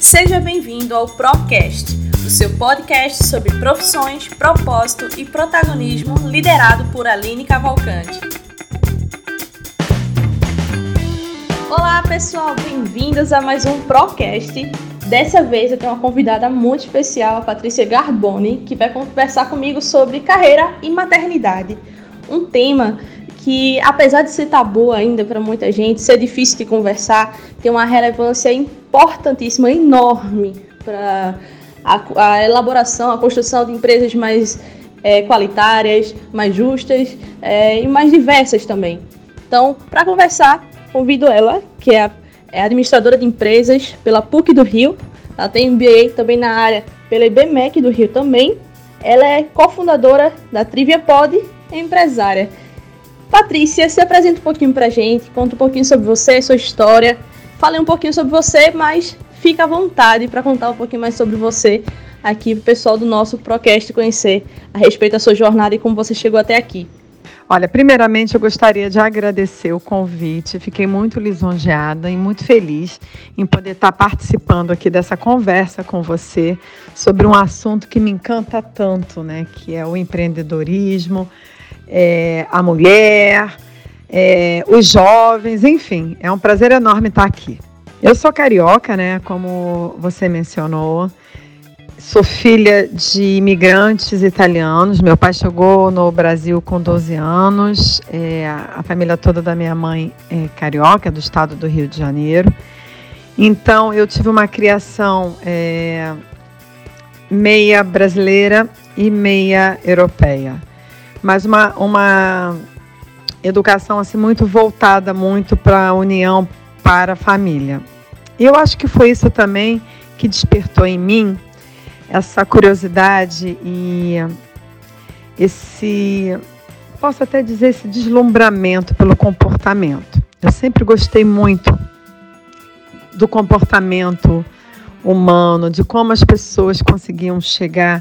Seja bem-vindo ao Procast, o seu podcast sobre profissões, propósito e protagonismo, liderado por Aline Cavalcante. Olá pessoal, bem-vindos a mais um Procast. Dessa vez eu tenho uma convidada muito especial, a Patrícia Garboni, que vai conversar comigo sobre carreira e maternidade. Um tema que, apesar de ser tabu ainda para muita gente, ser difícil de conversar, tem uma relevância importantíssima, enorme para a elaboração, a construção de empresas mais qualitárias, mais justas e mais diversas também. Então, para conversar, convido ela, que é administradora de empresas pela PUC do Rio. Ela tem MBA também na área pela IBMEC do Rio também. Ela é cofundadora da Trivia Pod e empresária. Patrícia, se apresenta um pouquinho pra gente, conta um pouquinho sobre você, sua história. Falei um pouquinho sobre você, mas fica à vontade para contar um pouquinho mais sobre você aqui pro pessoal do nosso Procast conhecer a respeito da sua jornada e como você chegou até aqui. Olha, primeiramente eu gostaria de agradecer o convite, fiquei muito lisonjeada e muito feliz em poder estar participando aqui dessa conversa com você sobre um assunto que me encanta tanto, né, que é o empreendedorismo, a mulher, os jovens, enfim, é um prazer enorme estar aqui. Eu sou carioca, né, como você mencionou. Sou filha de imigrantes italianos. Meu pai chegou no Brasil com 12 anos. A família toda da minha mãe é carioca, do estado do Rio de Janeiro. Então, eu tive uma criação meia brasileira e meia europeia. Mas uma educação assim, muito voltada muito para a união, para a família. E eu acho que foi isso também que despertou em mim essa curiosidade e posso até dizer, esse deslumbramento pelo comportamento. Eu sempre gostei muito do comportamento humano, de como as pessoas conseguiam chegar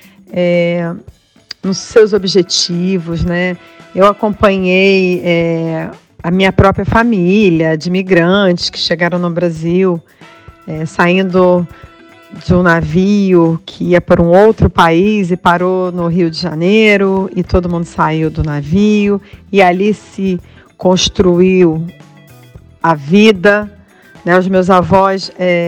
nos seus objetivos, né? Eu acompanhei a minha própria família de imigrantes que chegaram no Brasil, saindo de um navio que ia para um outro país e parou no Rio de Janeiro, e todo mundo saiu do navio e ali se construiu a vida, né? Os meus avós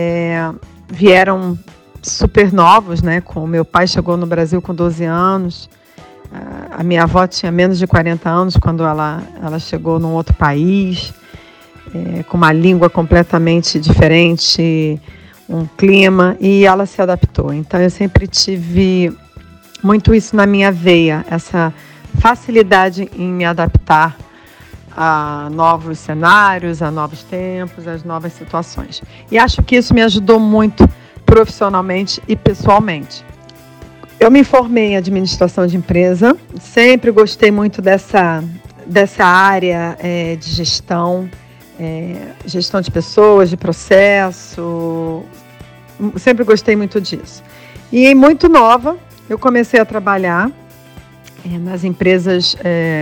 vieram super novos, né? O meu pai chegou no Brasil com 12 anos, a minha avó tinha menos de 40 anos quando ela chegou num outro país, com uma língua completamente diferente, um clima, e ela se adaptou. Então eu sempre tive muito isso na minha veia, essa facilidade em me adaptar a novos cenários, a novos tempos, às novas situações. E acho que isso me ajudou muito profissionalmente e pessoalmente. Eu me formei em administração de empresa, sempre gostei muito dessa área de gestão, gestão de pessoas, de processo, sempre gostei muito disso. E muito nova, eu comecei a trabalhar nas empresas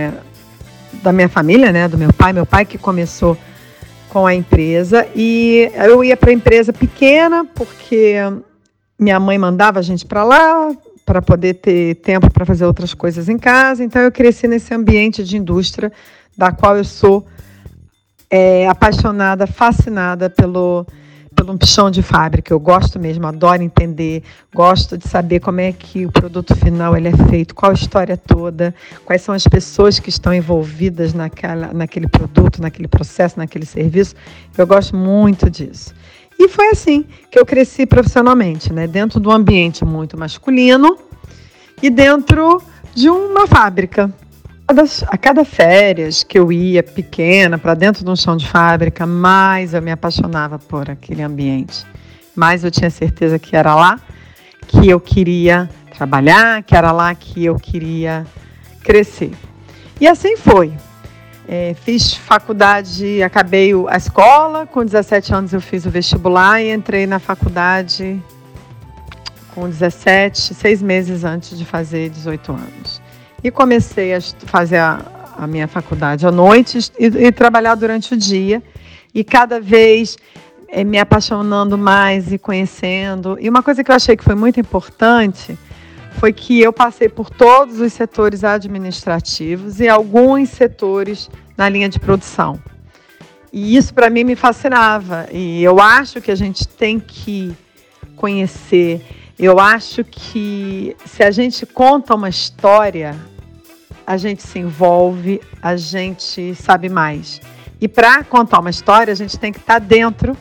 da minha família, né, do meu pai que começou com a empresa, e eu ia para a empresa pequena porque minha mãe mandava a gente para lá para poder ter tempo para fazer outras coisas em casa. Então eu cresci nesse ambiente de indústria, da qual eu sou apaixonada, fascinada pelo chão de fábrica. Eu gosto mesmo, adoro entender, gosto de saber como é que o produto final ele é feito, qual a história toda, quais são as pessoas que estão envolvidas naquele produto, naquele processo, naquele serviço. Eu gosto muito disso. E foi assim que eu cresci profissionalmente, né? Dentro de um ambiente muito masculino e dentro de uma fábrica. A cada férias que eu ia pequena para dentro de um chão de fábrica, mais eu me apaixonava por aquele ambiente. Mais eu tinha certeza que era lá que eu queria trabalhar, que era lá que eu queria crescer. E assim foi. Fiz faculdade, acabei a escola, com 17 anos eu fiz o vestibular e entrei na faculdade com 17, 6 meses antes de fazer 18 anos. E comecei a fazer a minha faculdade à noite e trabalhar durante o dia. E cada vez me apaixonando mais e conhecendo. E uma coisa que eu achei que foi muito importante foi que eu passei por todos os setores administrativos e alguns setores na linha de produção. E isso para mim me fascinava. E eu acho que a gente tem que conhecer. Eu acho que se a gente conta uma história, a gente se envolve, a gente sabe mais. E para contar uma história, a gente tem que estar dentro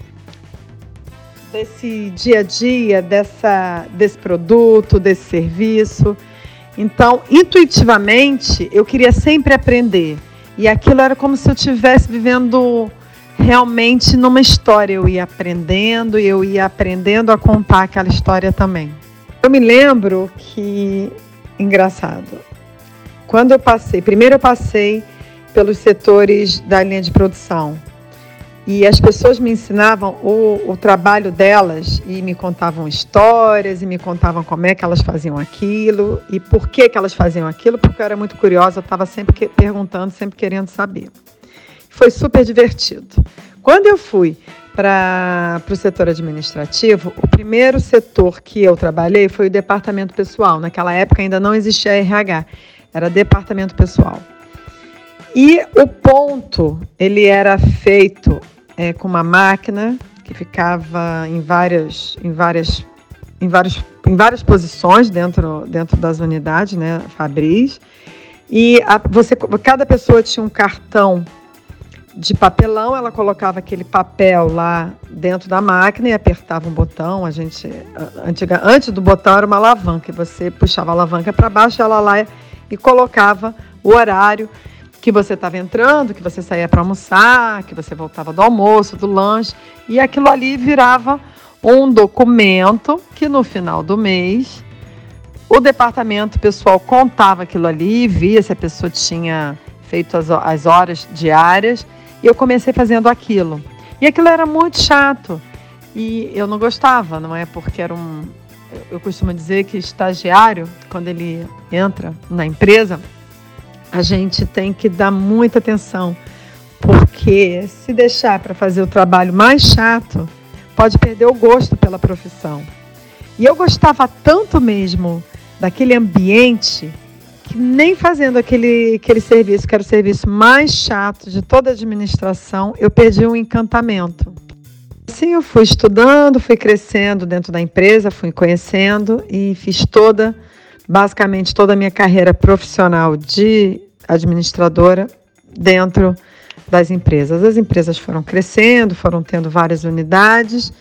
desse dia a dia, desse produto, desse serviço. Então, intuitivamente, eu queria sempre aprender. E aquilo era como se eu estivesse vivendo realmente numa história. Eu ia aprendendo a contar aquela história também. Eu me lembro que, engraçado, quando primeiro eu passei pelos setores da linha de produção. E as pessoas me ensinavam o trabalho delas e me contavam histórias e me contavam como é que elas faziam aquilo e por que elas faziam aquilo, porque eu era muito curiosa, eu estava sempre perguntando, sempre querendo saber. Foi super divertido. Quando eu fui para o setor administrativo, o primeiro setor que eu trabalhei foi o departamento pessoal. Naquela época ainda não existia RH, era departamento pessoal. E o ponto, ele era feito com uma máquina que ficava em várias posições dentro das unidades, né, Fabris. E cada pessoa tinha um cartão de papelão, ela colocava aquele papel lá dentro da máquina e apertava um botão. Antes do botão era uma alavanca, e você puxava a alavanca para baixo, ela lá e colocava o horário que você estava entrando, que você saía para almoçar, que você voltava do almoço, do lanche, e aquilo ali virava um documento que no final do mês o departamento pessoal contava aquilo ali, via se a pessoa tinha feito as horas diárias, e eu comecei fazendo aquilo. E aquilo era muito chato, e eu não gostava, não é? Porque eu costumo dizer que estagiário, quando ele entra na empresa, a gente tem que dar muita atenção, porque se deixar para fazer o trabalho mais chato, pode perder o gosto pela profissão. E eu gostava tanto mesmo daquele ambiente, que nem fazendo aquele serviço, que era o serviço mais chato de toda a administração, eu perdi um encantamento. Assim eu fui estudando, fui crescendo dentro da empresa, fui conhecendo e fiz basicamente toda a minha carreira profissional de administradora dentro das empresas. As empresas foram crescendo, foram tendo várias unidades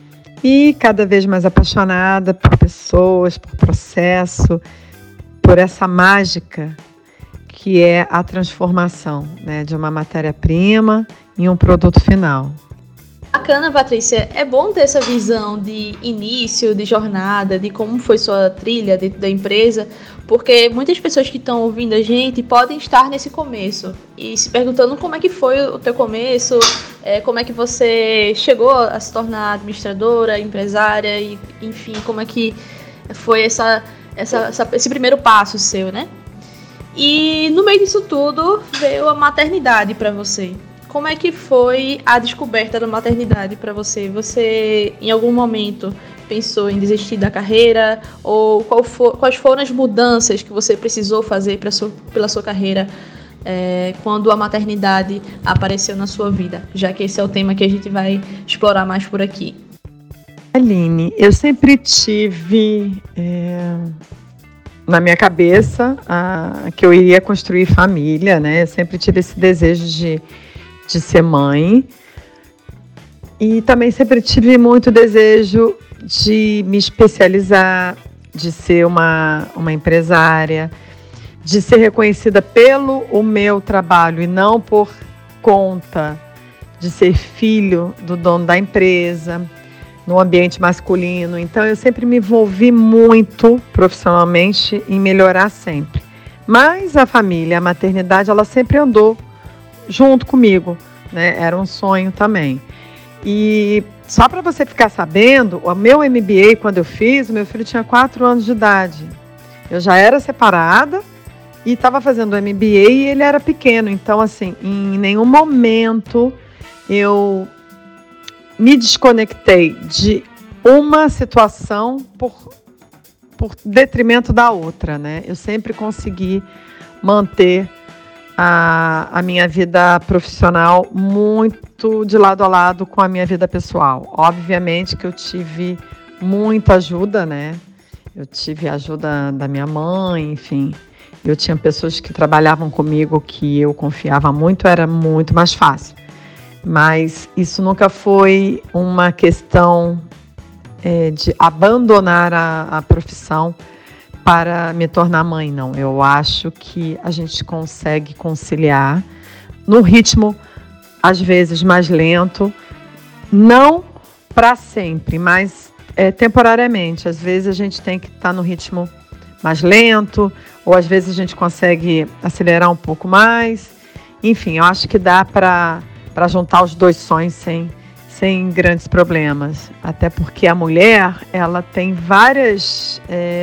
e cada vez mais apaixonada por pessoas, por processo, por essa mágica que é a transformação, né, de uma matéria-prima em um produto final. Bacana, Patrícia. É bom ter essa visão de início, de jornada, de como foi sua trilha dentro da empresa, porque muitas pessoas que estão ouvindo a gente podem estar nesse começo e se perguntando como é que foi o teu começo, como é que você chegou a se tornar administradora, empresária, e enfim, como é que foi esse primeiro passo seu, né? E no meio disso tudo veio a maternidade para você. Como é que foi a descoberta da maternidade para você? Você, em algum momento, pensou em desistir da carreira? Ou quais foram as mudanças que você precisou fazer pela sua carreira quando a maternidade apareceu na sua vida? Já que esse é o tema que a gente vai explorar mais por aqui. Aline, eu sempre tive na minha cabeça que eu iria construir família, né? Eu sempre tive esse desejo de ser mãe, e também sempre tive muito desejo de me especializar, de ser uma empresária, de ser reconhecida pelo o meu trabalho e não por conta de ser filho do dono da empresa, no ambiente masculino. Então eu sempre me envolvi muito profissionalmente em melhorar sempre. Mas a família, a maternidade, ela sempre andou junto comigo, né? Era um sonho também. E só para você ficar sabendo, o meu MBA, quando eu fiz, o meu filho tinha 4 anos de idade. Eu já era separada e estava fazendo o MBA e ele era pequeno. Então, assim, em nenhum momento eu me desconectei de uma situação por detrimento da outra, né? Eu sempre consegui manter a minha vida profissional muito de lado a lado com a minha vida pessoal. Obviamente que eu tive muita ajuda, né? Eu tive a ajuda da minha mãe, enfim. Eu tinha pessoas que trabalhavam comigo que eu confiava muito, era muito mais fácil. Mas isso nunca foi uma questão de abandonar a profissão para me tornar mãe, não. Eu acho que a gente consegue conciliar num ritmo, às vezes, mais lento, não para sempre, mas temporariamente. Às vezes a gente tem que estar no ritmo mais lento, ou às vezes a gente consegue acelerar um pouco mais. Enfim, eu acho que dá para juntar os dois sonhos sem grandes problemas. Até porque a mulher, ela tem várias...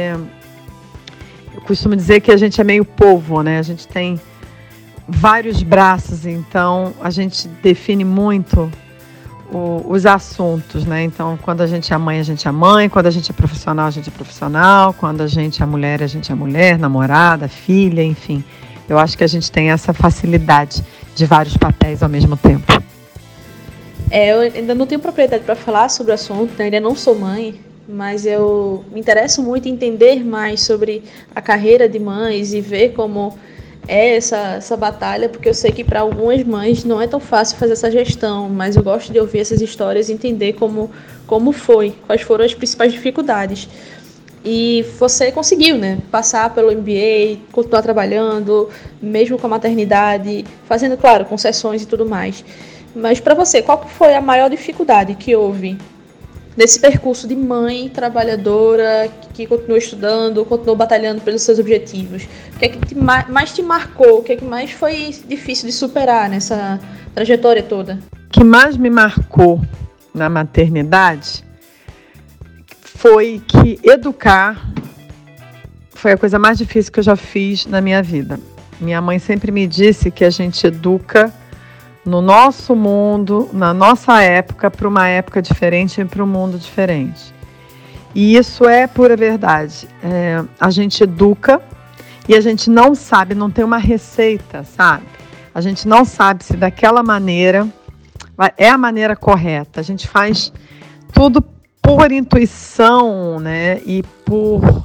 eu costumo dizer que a gente é meio polvo, né? A gente tem vários braços, então a gente define muito os assuntos, né? Então, quando a gente é mãe, a gente é mãe. Quando a gente é profissional, a gente é profissional. Quando a gente é mulher, a gente é mulher, namorada, filha, enfim. Eu acho que a gente tem essa facilidade de vários papéis ao mesmo tempo. Eu ainda não tenho propriedade para falar sobre o assunto, né? Ainda não sou mãe, mas eu me interesso muito em entender mais sobre a carreira de mães e ver como é essa batalha, porque eu sei que para algumas mães não é tão fácil fazer essa gestão, mas eu gosto de ouvir essas histórias e entender como foi, quais foram as principais dificuldades. E você conseguiu, né? Passar pelo MBA, continuar trabalhando, mesmo com a maternidade, fazendo, claro, concessões e tudo mais. Mas para você, qual foi a maior dificuldade que houve nesse percurso de mãe trabalhadora que continuou estudando, continuou batalhando pelos seus objetivos? O que é que mais te marcou? O que é que mais foi difícil de superar nessa trajetória toda? O que mais me marcou na maternidade foi que educar foi a coisa mais difícil que eu já fiz na minha vida. Minha mãe sempre me disse que a gente educa no nosso mundo, na nossa época, para uma época diferente e para um mundo diferente. E isso é pura verdade. A gente educa e a gente não sabe, não tem uma receita, sabe? A gente não sabe se daquela maneira é a maneira correta. A gente faz tudo por intuição, né? E por...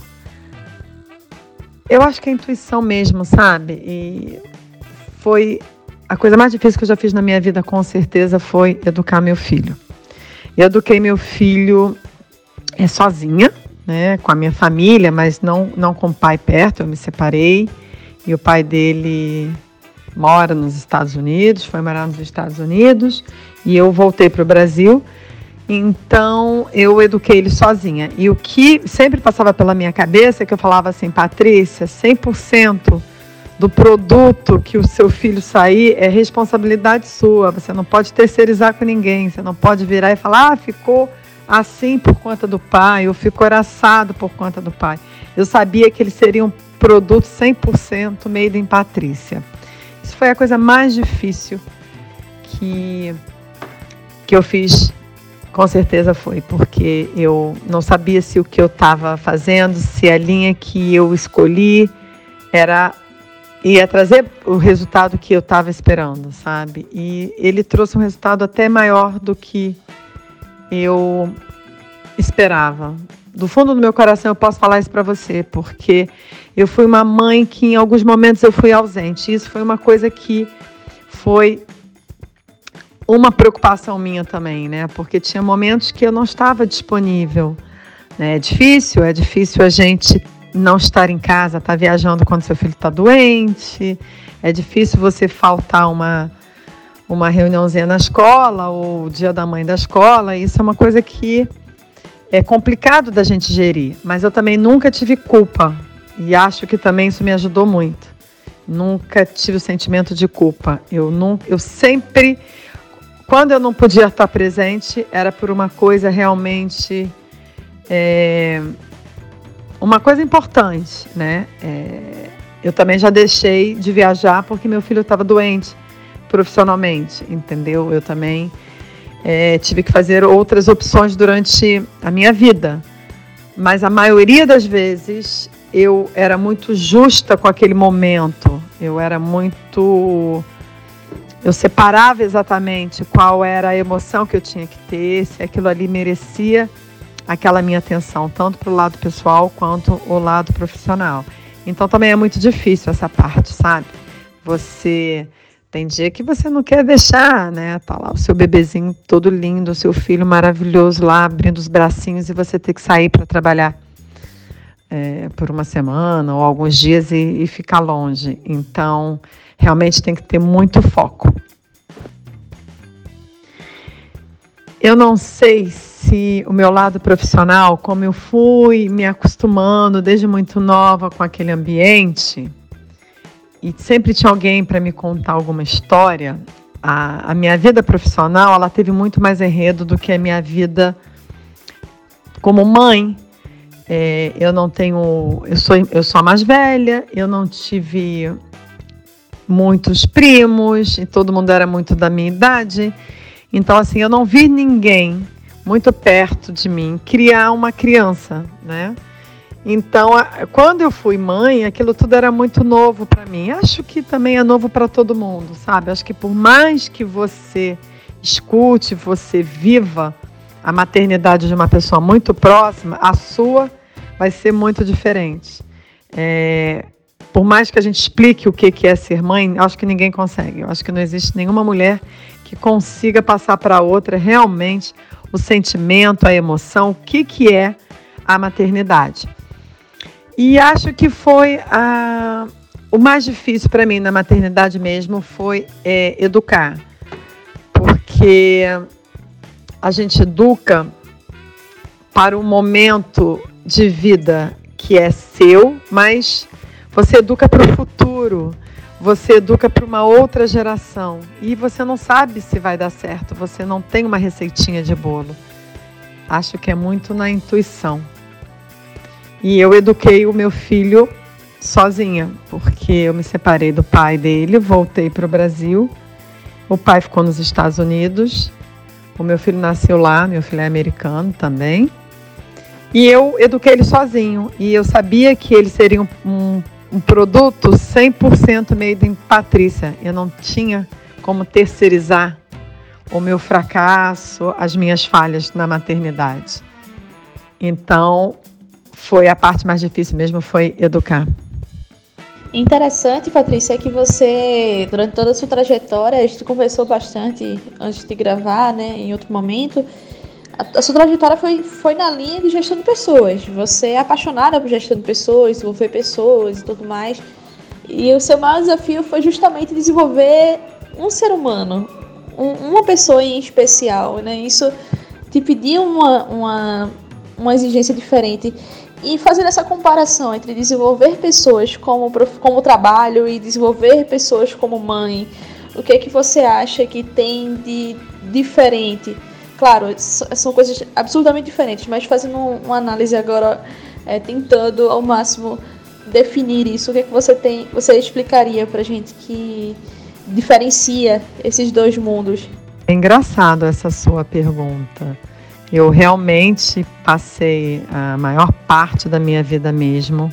Eu acho que é intuição mesmo, sabe? E foi... A coisa mais difícil que eu já fiz na minha vida, com certeza, foi educar meu filho. Eu eduquei meu filho sozinha, né, com a minha família, mas não com o pai perto. Eu me separei e o pai dele mora nos Estados Unidos, foi morar nos Estados Unidos, e eu voltei para o Brasil. Então, eu eduquei ele sozinha. E o que sempre passava pela minha cabeça é que eu falava assim: Patrícia, 100% do produto que o seu filho sair é responsabilidade sua. Você não pode terceirizar com ninguém. Você não pode virar e falar: ficou assim por conta do pai, ou ficou assado por conta do pai. Eu sabia que ele seria um produto 100% made in Patrícia. Isso foi a coisa mais difícil que eu fiz, com certeza foi, porque eu não sabia se o que eu estava fazendo, se a linha que eu escolhi ia trazer o resultado que eu estava esperando, sabe? E ele trouxe um resultado até maior do que eu esperava. Do fundo do meu coração eu posso falar isso para você, porque eu fui uma mãe que em alguns momentos eu fui ausente. Isso foi uma coisa que foi uma preocupação minha também, né? Porque tinha momentos que eu não estava disponível, né? É difícil a gente não estar em casa, estar viajando quando seu filho está doente. É difícil você faltar uma reuniãozinha na escola ou o dia da mãe da escola. Isso é uma coisa que é complicado da gente gerir. Mas eu também nunca tive culpa e acho que também isso me ajudou muito. Nunca tive o sentimento de culpa. Eu sempre, quando eu não podia estar presente, era por uma coisa realmente... uma coisa importante, né? Eu também já deixei de viajar porque meu filho estava doente profissionalmente, entendeu? Eu também tive que fazer outras opções durante a minha vida. Mas a maioria das vezes eu era muito justa com aquele momento. Eu separava exatamente qual era a emoção que eu tinha que ter, se aquilo ali merecia aquela minha atenção, tanto para o lado pessoal quanto o lado profissional. Então também é muito difícil essa parte, sabe? Tem dia que você não quer deixar, né? Tá lá o seu bebezinho todo lindo, o seu filho maravilhoso lá, abrindo os bracinhos, e você ter que sair para trabalhar por uma semana ou alguns dias e ficar longe. Então, realmente tem que ter muito foco. Eu não sei se o meu lado profissional, como eu fui me acostumando desde muito nova com aquele ambiente, e sempre tinha alguém para me contar alguma história, a minha vida profissional, ela teve muito mais enredo do que a minha vida como mãe. Eu sou a mais velha, eu não tive muitos primos, e todo mundo era muito da minha idade. Então, assim, eu não vi ninguém muito perto de mim criar uma criança, né? Então, quando eu fui mãe, aquilo tudo era muito novo para mim. Acho que também é novo para todo mundo, sabe? Acho que por mais que você escute, você viva a maternidade de uma pessoa muito próxima, a sua vai ser muito diferente. Por mais que a gente explique o que é ser mãe, acho que ninguém consegue. Eu acho que não existe nenhuma mulher que consiga passar para outra realmente o sentimento, a emoção, o que é a maternidade. E acho que foi o mais difícil para mim na maternidade mesmo foi educar. Porque a gente educa para um momento de vida que é seu, mas você educa para o futuro, você educa para uma outra geração e você não sabe se vai dar certo, você não tem uma receitinha de bolo. Acho que é muito na intuição. E eu eduquei o meu filho sozinha, porque eu me separei do pai dele, voltei para o Brasil, o pai ficou nos Estados Unidos, o meu filho nasceu lá, meu filho é americano também, e eu eduquei ele sozinho, e eu sabia que ele seria um produto 100% made in Patrícia. Eu não tinha como terceirizar o meu fracasso, as minhas falhas na maternidade. Então, foi a parte mais difícil mesmo, foi educar. Interessante, Patrícia, é que você, durante toda a sua trajetória, a gente conversou bastante antes de gravar, né, em outro momento. A sua trajetória foi na linha de gestão de pessoas. Você é apaixonada por gestão de pessoas, desenvolver pessoas e tudo mais. E o seu maior desafio foi justamente desenvolver um ser humano, uma pessoa em especial, né? Isso te pediu uma exigência diferente. E fazendo essa comparação entre desenvolver pessoas como trabalho e desenvolver pessoas como mãe, o que é que você acha que tem de diferente? Claro, são coisas absolutamente diferentes, mas fazendo uma análise agora, tentando ao máximo definir isso, o que é que você explicaria pra gente que diferencia esses dois mundos? É engraçado essa sua pergunta. Eu realmente passei a maior parte da minha vida mesmo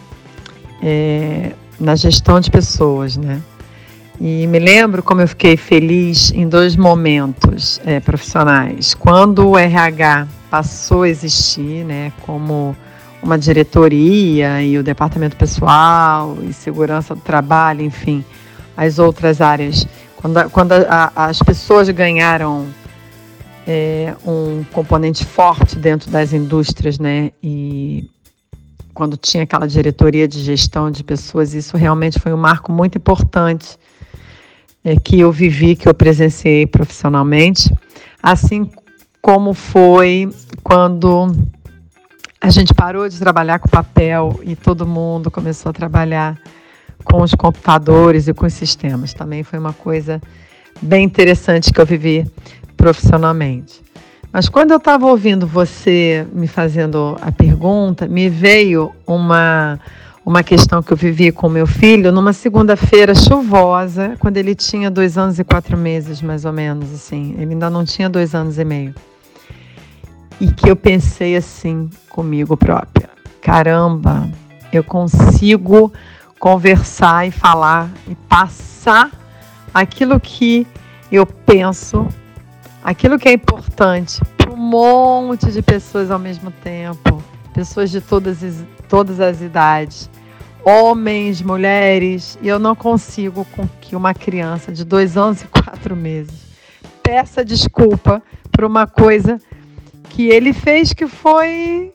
na gestão de pessoas, né? E me lembro como eu fiquei feliz em dois momentos profissionais. Quando o RH passou a existir, né, como uma diretoria e o departamento pessoal e segurança do trabalho, enfim, as outras áreas. Quando as pessoas ganharam um componente forte dentro das indústrias, né, e quando tinha aquela diretoria de gestão de pessoas, isso realmente foi um marco muito importante que eu vivi, que eu presenciei profissionalmente, assim como foi quando a gente parou de trabalhar com papel e todo mundo começou a trabalhar com os computadores e com os sistemas. Também foi uma coisa bem interessante que eu vivi profissionalmente. Mas quando eu estava ouvindo você me fazendo a pergunta, me veio uma uma questão que eu vivi com meu filho numa segunda-feira chuvosa, quando ele tinha 2 anos e 4 meses, mais ou menos, assim. Ele ainda não tinha 2 anos e meio. E que eu pensei assim comigo própria: caramba, eu consigo conversar e falar e passar aquilo que eu penso, aquilo que é importante para um monte de pessoas ao mesmo tempo, pessoas de todas as idades, homens, mulheres, e eu não consigo com que uma criança de 2 anos e 4 meses peça desculpa por uma coisa que ele fez que foi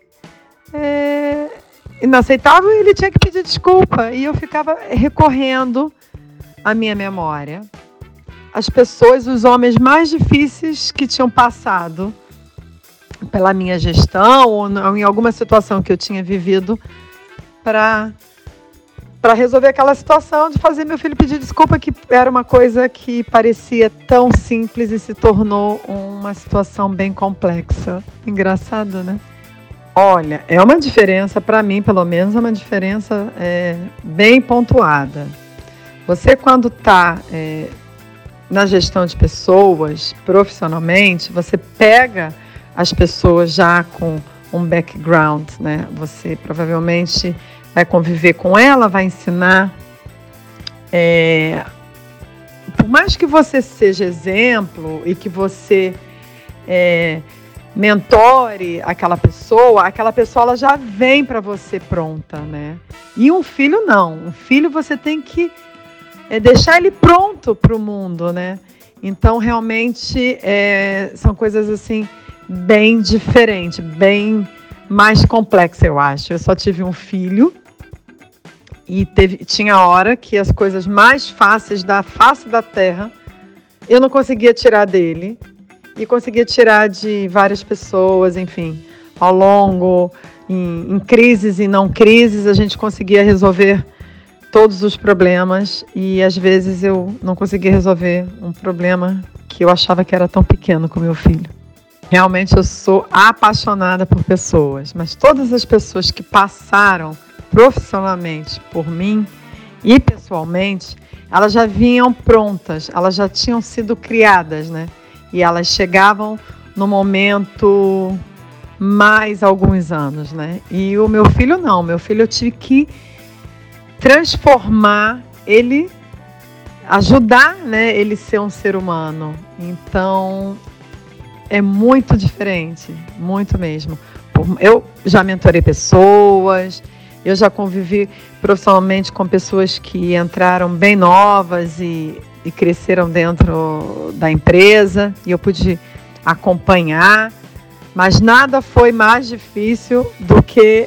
inaceitável, e ele tinha que pedir desculpa. E eu ficava recorrendo à minha memória, as pessoas, os homens mais difíceis que tinham passado pela minha gestão ou em alguma situação que eu tinha vivido para resolver aquela situação de fazer meu filho pedir desculpa, que era uma coisa que parecia tão simples e se tornou uma situação bem complexa. Engraçado, né? Olha, é uma diferença, para mim, pelo menos, é uma diferença bem pontuada. Você, quando está na gestão de pessoas, profissionalmente, você pega as pessoas já com um background, né? Você provavelmente vai conviver com ela, vai ensinar. Por mais que você seja exemplo e que você mentore aquela pessoa ela já vem para você pronta, né? E um filho não. Um filho você tem que deixar ele pronto para o mundo, né? Então, realmente, são coisas assim bem diferentes, bem mais complexas, eu acho. Eu só tive um filho e tinha hora que as coisas mais fáceis da face da terra eu não conseguia tirar dele e conseguia tirar de várias pessoas, enfim. Ao longo, em crises e não crises, a gente conseguia resolver todos os problemas, e às vezes eu não conseguia resolver um problema que eu achava que era tão pequeno com meu filho. Realmente eu sou apaixonada por pessoas, mas todas as pessoas que passaram profissionalmente por mim e pessoalmente, elas já vinham prontas, elas já tinham sido criadas, né? E elas chegavam no momento mais alguns anos, né? E o meu filho não, meu filho eu tive que transformar ele, ajudar, né, ele ser um ser humano. Então, é muito diferente, muito mesmo. Eu já mentorei pessoas, eu já convivi profissionalmente com pessoas que entraram bem novas e cresceram dentro da empresa, e eu pude acompanhar, mas nada foi mais difícil do que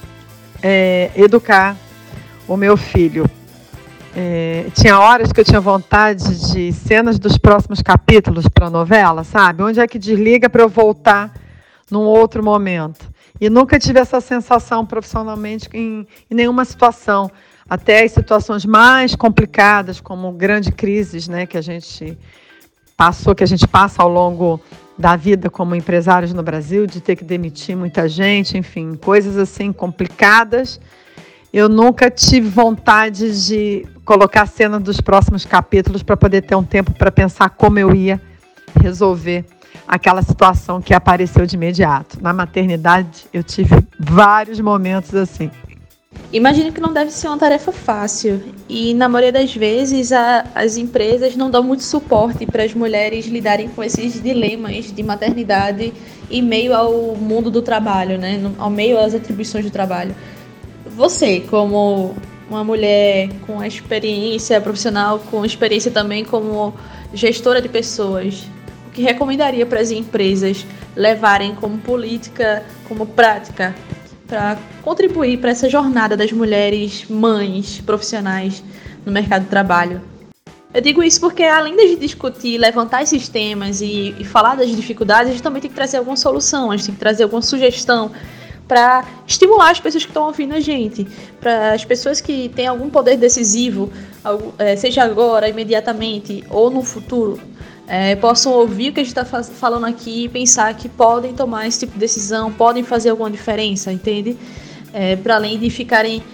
educar o meu filho. Tinha horas que eu tinha vontade de cenas dos próximos capítulos para a novela, sabe? Onde é que desliga para eu voltar num outro momento? E nunca tive essa sensação profissionalmente em nenhuma situação. Até as situações mais complicadas, como grandes crises, né, que a gente passa ao longo da vida como empresários no Brasil, de ter que demitir muita gente, enfim, coisas assim complicadas. Eu nunca tive vontade de colocar a cena dos próximos capítulos para poder ter um tempo para pensar como eu ia resolver aquela situação que apareceu de imediato. Na maternidade, eu tive vários momentos assim. Imagino que não deve ser uma tarefa fácil. E, na maioria das vezes, as empresas não dão muito suporte para as mulheres lidarem com esses dilemas de maternidade em meio ao mundo do trabalho, né? Ao meio às atribuições do trabalho. Você, como uma mulher com a experiência profissional, com experiência também como gestora de pessoas, o que recomendaria para as empresas levarem como política, como prática, para contribuir para essa jornada das mulheres mães profissionais no mercado de trabalho? Eu digo isso porque, além de discutir, levantar esses temas e falar das dificuldades, a gente também tem que trazer alguma solução, a gente tem que trazer alguma sugestão para estimular as pessoas que estão ouvindo a gente, para as pessoas que têm algum poder decisivo, seja agora, imediatamente ou no futuro, possam ouvir o que a gente está falando aqui e pensar que podem tomar esse tipo de decisão, podem fazer alguma diferença, entende? Para além de ficarem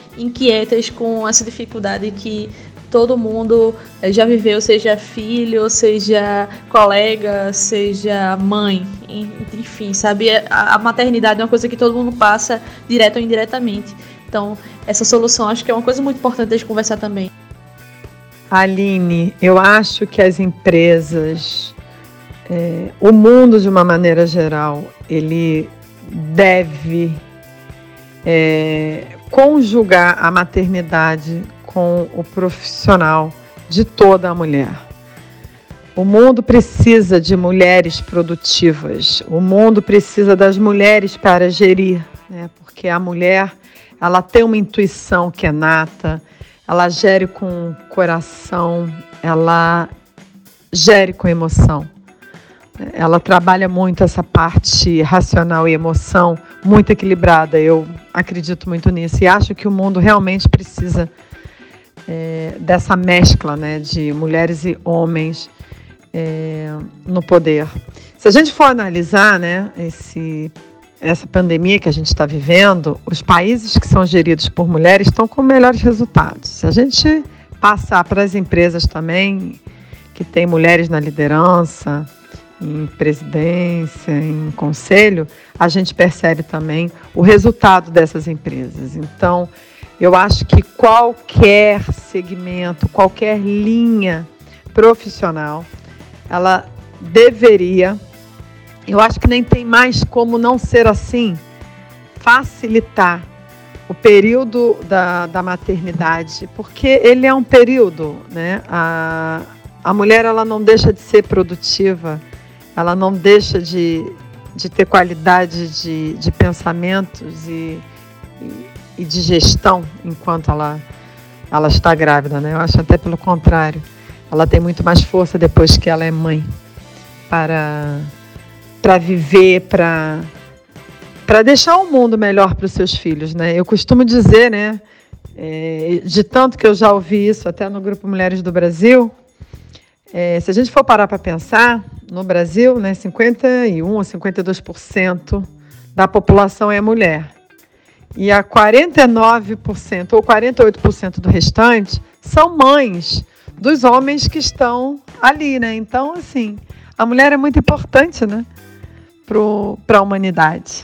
inquietas com essa dificuldade que todo mundo já viveu, seja filho, seja colega, seja mãe, enfim, sabe? A maternidade é uma coisa que todo mundo passa, direto ou indiretamente. Então, essa solução acho que é uma coisa muito importante de conversar também. Aline, eu acho que as empresas, o mundo de uma maneira geral, ele deve conjugar a maternidade com o profissional de toda a mulher. O mundo precisa de mulheres produtivas, o mundo precisa das mulheres para gerir, né? Porque a mulher, ela tem uma intuição que é nata, ela gere com coração, ela gere com emoção. Ela trabalha muito essa parte racional e emoção, muito equilibrada. Eu acredito muito nisso e acho que o mundo realmente precisa dessa mescla, né, de mulheres e homens no poder. Se a gente for analisar, né, essa pandemia que a gente está vivendo, os países que são geridos por mulheres estão com melhores resultados. Se a gente passar para as empresas também, que tem mulheres na liderança, em presidência, em conselho, a gente percebe também o resultado dessas empresas. Então, eu acho que qualquer segmento, qualquer linha profissional, ela deveria, eu acho que nem tem mais como não ser assim, facilitar o período da maternidade, porque ele é um período, né? A mulher, ela não deixa de ser produtiva, ela não deixa de ter qualidade de pensamentos e de gestão enquanto ela está grávida, né? Eu acho até pelo contrário. Ela tem muito mais força depois que ela é mãe para viver, para deixar o mundo melhor para os seus filhos, né? Eu costumo dizer, né, de tanto que eu já ouvi isso até no Grupo Mulheres do Brasil, se a gente for parar para pensar, no Brasil, né, 51% ou 52% da população é mulher. E a 49% ou 48% do restante são mães dos homens que estão ali, né? Então, assim, a mulher é muito importante, né, para a humanidade.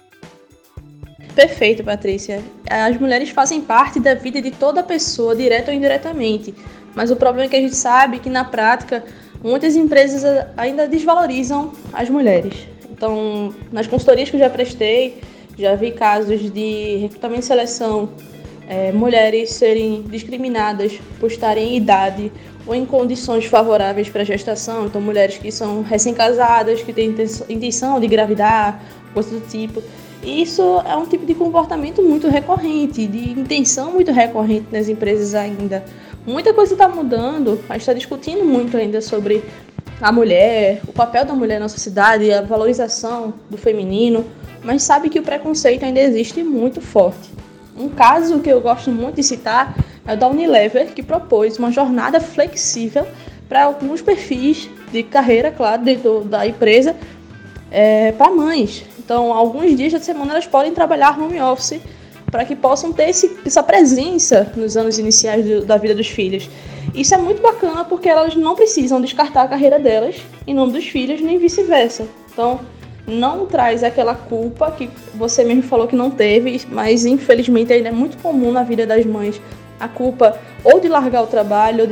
Perfeito, Patrícia. As mulheres fazem parte da vida de toda pessoa, direta ou indiretamente. Mas o problema é que a gente sabe que, na prática, muitas empresas ainda desvalorizam as mulheres. Então, nas consultorias que eu já prestei, já vi casos de recrutamento e seleção, mulheres serem discriminadas por estarem em idade ou em condições favoráveis para a gestação. Então, mulheres que são recém-casadas, que têm intenção de engravidar, coisa do tipo. E isso é um tipo de comportamento muito recorrente, de intenção muito recorrente nas empresas ainda. Muita coisa está mudando, a gente está discutindo muito ainda sobre a mulher, o papel da mulher na sociedade, a valorização do feminino, mas sabe que o preconceito ainda existe muito forte. Um caso que eu gosto muito de citar é o da Unilever, que propôs uma jornada flexível para alguns perfis de carreira, claro, dentro da empresa, para mães. Então, alguns dias da semana elas podem trabalhar home office para que possam ter essa presença nos anos iniciais da vida dos filhos. Isso é muito bacana porque elas não precisam descartar a carreira delas em nome dos filhos, nem vice-versa. Então, não traz aquela culpa que você mesmo falou que não teve, mas infelizmente ainda é muito comum na vida das mães a culpa ou de largar o trabalho, ou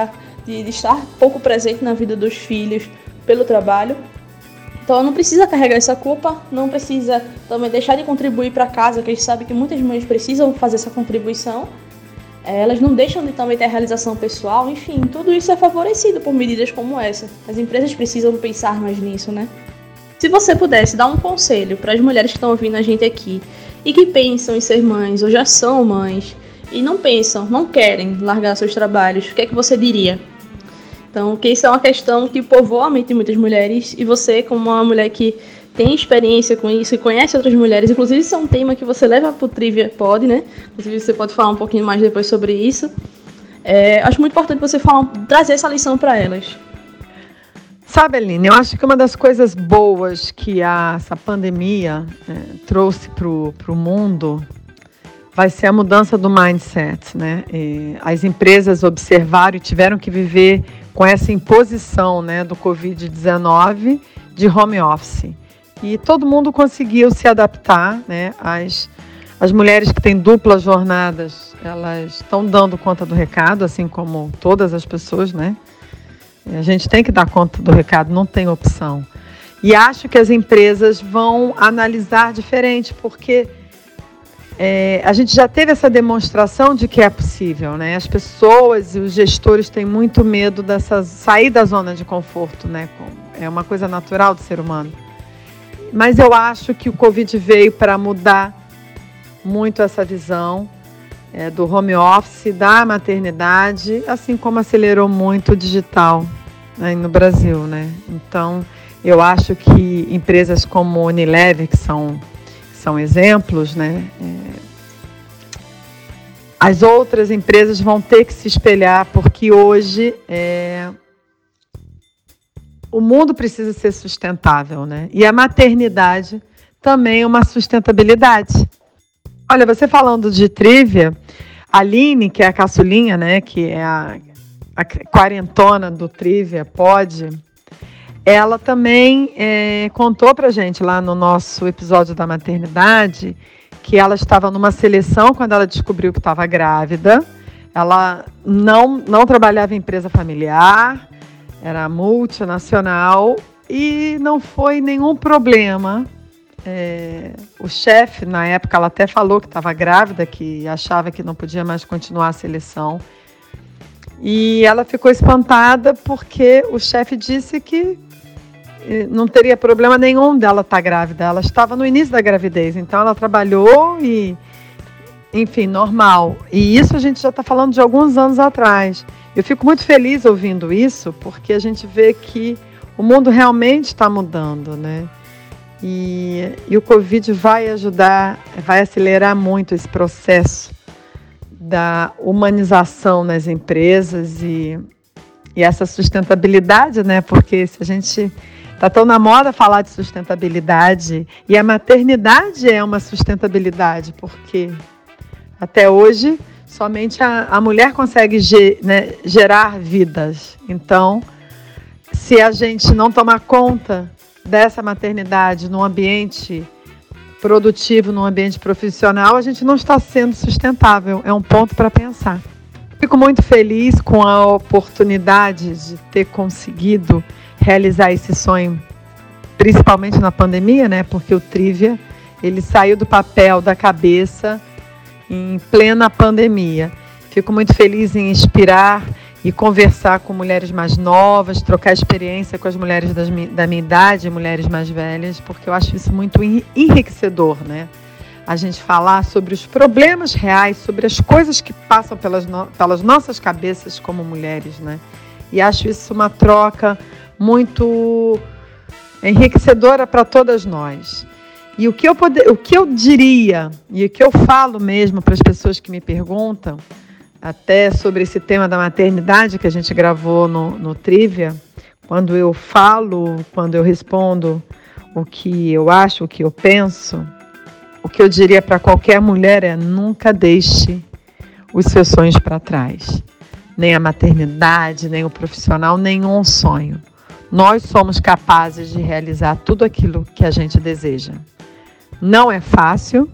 de estar pouco presente na vida dos filhos pelo trabalho. Então não precisa carregar essa culpa, não precisa também deixar de contribuir para casa, que a gente sabe que muitas mães precisam fazer essa contribuição. Elas não deixam de também ter a realização pessoal, enfim, tudo isso é favorecido por medidas como essa. As empresas precisam pensar mais nisso, né? Se você pudesse dar um conselho para as mulheres que estão ouvindo a gente aqui e que pensam em ser mães ou já são mães e não pensam, não querem largar seus trabalhos, o que é que você diria? Então, que isso é uma questão que povoa a mente de muitas mulheres e você, como uma mulher que tem experiência com isso e conhece outras mulheres, inclusive isso é um tema que você leva para o Trivia Pod, né? Inclusive você pode falar um pouquinho mais depois sobre isso. Acho muito importante você trazer essa lição para elas. Sabe, Aline, eu acho que uma das coisas boas que essa pandemia trouxe para o mundo vai ser a mudança do mindset, né? As empresas observaram e tiveram que viver com essa imposição, né, do Covid-19 de home office. E todo mundo conseguiu se adaptar, né? As mulheres que têm duplas jornadas, elas estão dando conta do recado, assim como todas as pessoas, né? A gente tem que dar conta do recado, não tem opção. E acho que as empresas vão analisar diferente, porque a gente já teve essa demonstração de que é possível, né? As pessoas e os gestores têm muito medo dessa sair da zona de conforto, né? É uma coisa natural do ser humano. Mas eu acho que o Covid veio para mudar muito essa visão do home office, da maternidade, assim como acelerou muito o digital, né, no Brasil, né? Então, eu acho que empresas como Unilever, que são exemplos, né? As outras empresas vão ter que se espelhar, porque hoje o mundo precisa ser sustentável, né? E a maternidade também é uma sustentabilidade. Olha, você falando de trivia, a Aline, que é a caçulinha, né? Que é a quarentona do Trivia Pod, ela também contou pra gente lá no nosso episódio da maternidade que ela estava numa seleção quando ela descobriu que estava grávida. Ela não trabalhava em empresa familiar, era multinacional e não foi nenhum problema. O chefe, na época, ela até falou que estava grávida, que achava que não podia mais continuar a seleção. E ela ficou espantada porque o chefe disse que não teria problema nenhum dela estar grávida. Ela estava no início da gravidez, então ela trabalhou e, enfim, normal. E isso a gente já está falando de alguns anos atrás. Eu fico muito feliz ouvindo isso, porque a gente vê que o mundo realmente está mudando, né? E o Covid vai ajudar, vai acelerar muito esse processo da humanização nas empresas e essa sustentabilidade, né? Porque se a gente está tão na moda falar de sustentabilidade, e a maternidade é uma sustentabilidade, porque até hoje somente a mulher consegue gerar vidas. Então, se a gente não tomar conta dessa maternidade no ambiente produtivo, no ambiente profissional, a gente não está sendo sustentável. É um ponto para pensar. Fico muito feliz com a oportunidade de ter conseguido realizar esse sonho, principalmente na pandemia, né? Porque o Trivia, ele saiu do papel, da cabeça, em plena pandemia. Fico muito feliz em inspirar e conversar com mulheres mais novas, trocar experiência com as mulheres da minha idade, mulheres mais velhas, porque eu acho isso muito enriquecedor, né? A gente falar sobre os problemas reais, sobre as coisas que passam pelas nossas cabeças como mulheres, né? E acho isso uma troca muito enriquecedora para todas nós. E o que eu diria, e o que eu falo mesmo para as pessoas que me perguntam, até sobre esse tema da maternidade que a gente gravou no Trivia, quando eu respondo o que eu acho, o que eu penso, o que eu diria para qualquer mulher é: nunca deixe os seus sonhos para trás. Nem a maternidade, nem o profissional, nenhum sonho. Nós somos capazes de realizar tudo aquilo que a gente deseja. Não é fácil.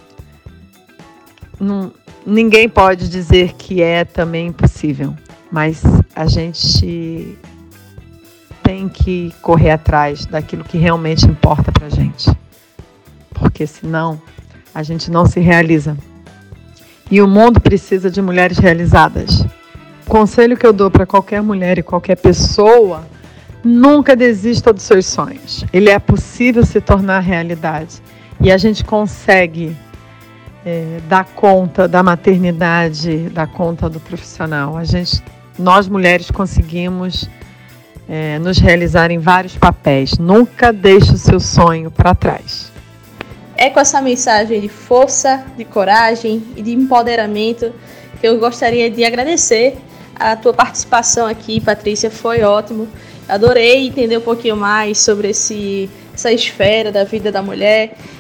Ninguém pode dizer que é também impossível, mas a gente tem que correr atrás daquilo que realmente importa para a gente, porque senão a gente não se realiza. E o mundo precisa de mulheres realizadas. O conselho que eu dou para qualquer mulher e qualquer pessoa: nunca desista dos seus sonhos. Ele é possível se tornar realidade e a gente consegue dar conta da maternidade, dar conta do profissional. Nós mulheres conseguimos nos realizar em vários papéis. Nunca deixe o seu sonho para trás. É com essa mensagem de força, de coragem e de empoderamento que eu gostaria de agradecer a tua participação aqui, Patrícia. Foi ótimo. Adorei entender um pouquinho mais sobre essa esfera da vida da mulher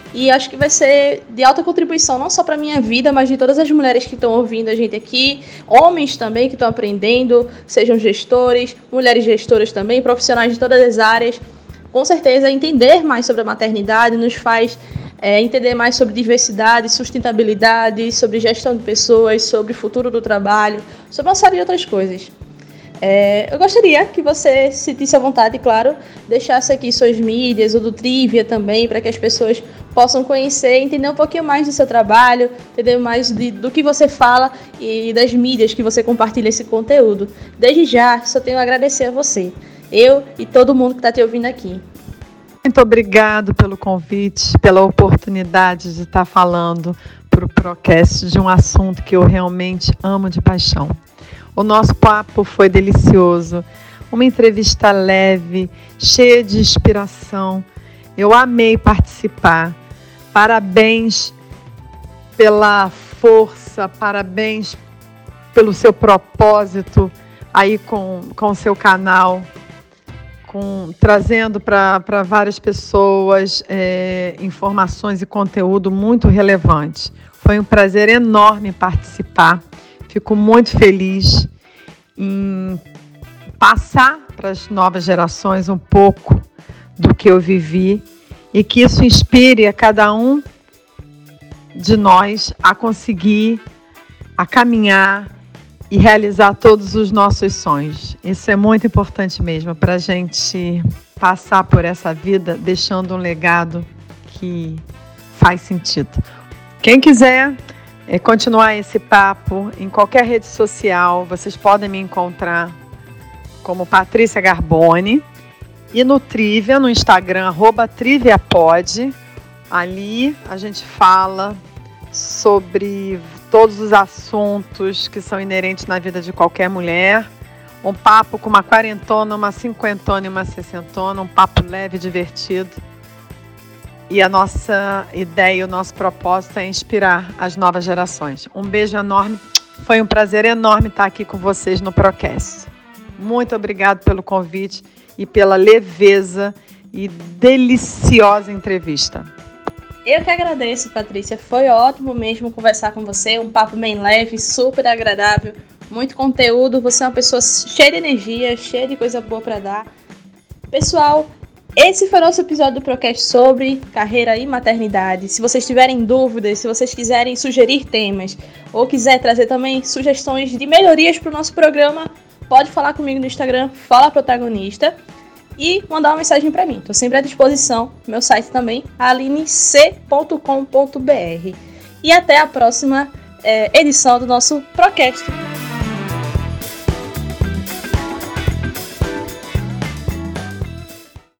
E acho que vai ser de alta contribuição, não só para a minha vida, mas de todas as mulheres que estão ouvindo a gente aqui, homens também que estão aprendendo, sejam gestores, mulheres gestoras também, profissionais de todas as áreas. Com certeza, entender mais sobre a maternidade nos faz entender mais sobre diversidade, sustentabilidade, sobre gestão de pessoas, sobre o futuro do trabalho, sobre uma série de outras coisas. Eu gostaria que você se sentisse à vontade, claro, deixasse aqui suas mídias, ou do Trivia também, para que as pessoas possam conhecer, entender um pouquinho mais do seu trabalho, entender mais do que você fala e das mídias que você compartilha esse conteúdo. Desde já, só tenho a agradecer a você, eu e todo mundo que está te ouvindo aqui. Muito obrigado pelo convite, pela oportunidade de estar falando para o Procast de um assunto que eu realmente amo de paixão. O nosso papo foi delicioso, uma entrevista leve, cheia de inspiração. Eu amei participar. Parabéns pela força, parabéns pelo seu propósito aí com o seu canal, trazendo para várias pessoas informações e conteúdo muito relevante. Foi um prazer enorme participar. Fico muito feliz em passar para as novas gerações um pouco do que eu vivi e que isso inspire a cada um de nós a conseguir, a caminhar e realizar todos os nossos sonhos. Isso é muito importante mesmo, para a gente passar por essa vida deixando um legado que faz sentido. Quem quiser continuar esse papo em qualquer rede social, vocês podem me encontrar como Patrícia Garboni e no Trivia, no Instagram, @triviapod. Ali a gente fala sobre todos os assuntos que são inerentes na vida de qualquer mulher. Um papo com uma quarentona, uma cinquentona e uma sessentona, um papo leve e divertido. E a nossa ideia, o nosso propósito é inspirar as novas gerações. Um beijo enorme. Foi um prazer enorme estar aqui com vocês no Procast. Muito obrigado pelo convite e pela leveza e deliciosa entrevista. Eu que agradeço, Patrícia. Foi ótimo mesmo conversar com você. Um papo bem leve, super agradável, muito conteúdo. Você é uma pessoa cheia de energia, cheia de coisa boa para dar. Pessoal, esse foi o nosso episódio do Procast sobre carreira e maternidade. Se vocês tiverem dúvidas, se vocês quiserem sugerir temas ou quiser trazer também sugestões de melhorias para o nosso programa, pode falar comigo no Instagram, Fala Protagonista, e mandar uma mensagem para mim. Estou sempre à disposição. Meu site também, alinec.com.br. E até a próxima edição do nosso Procast.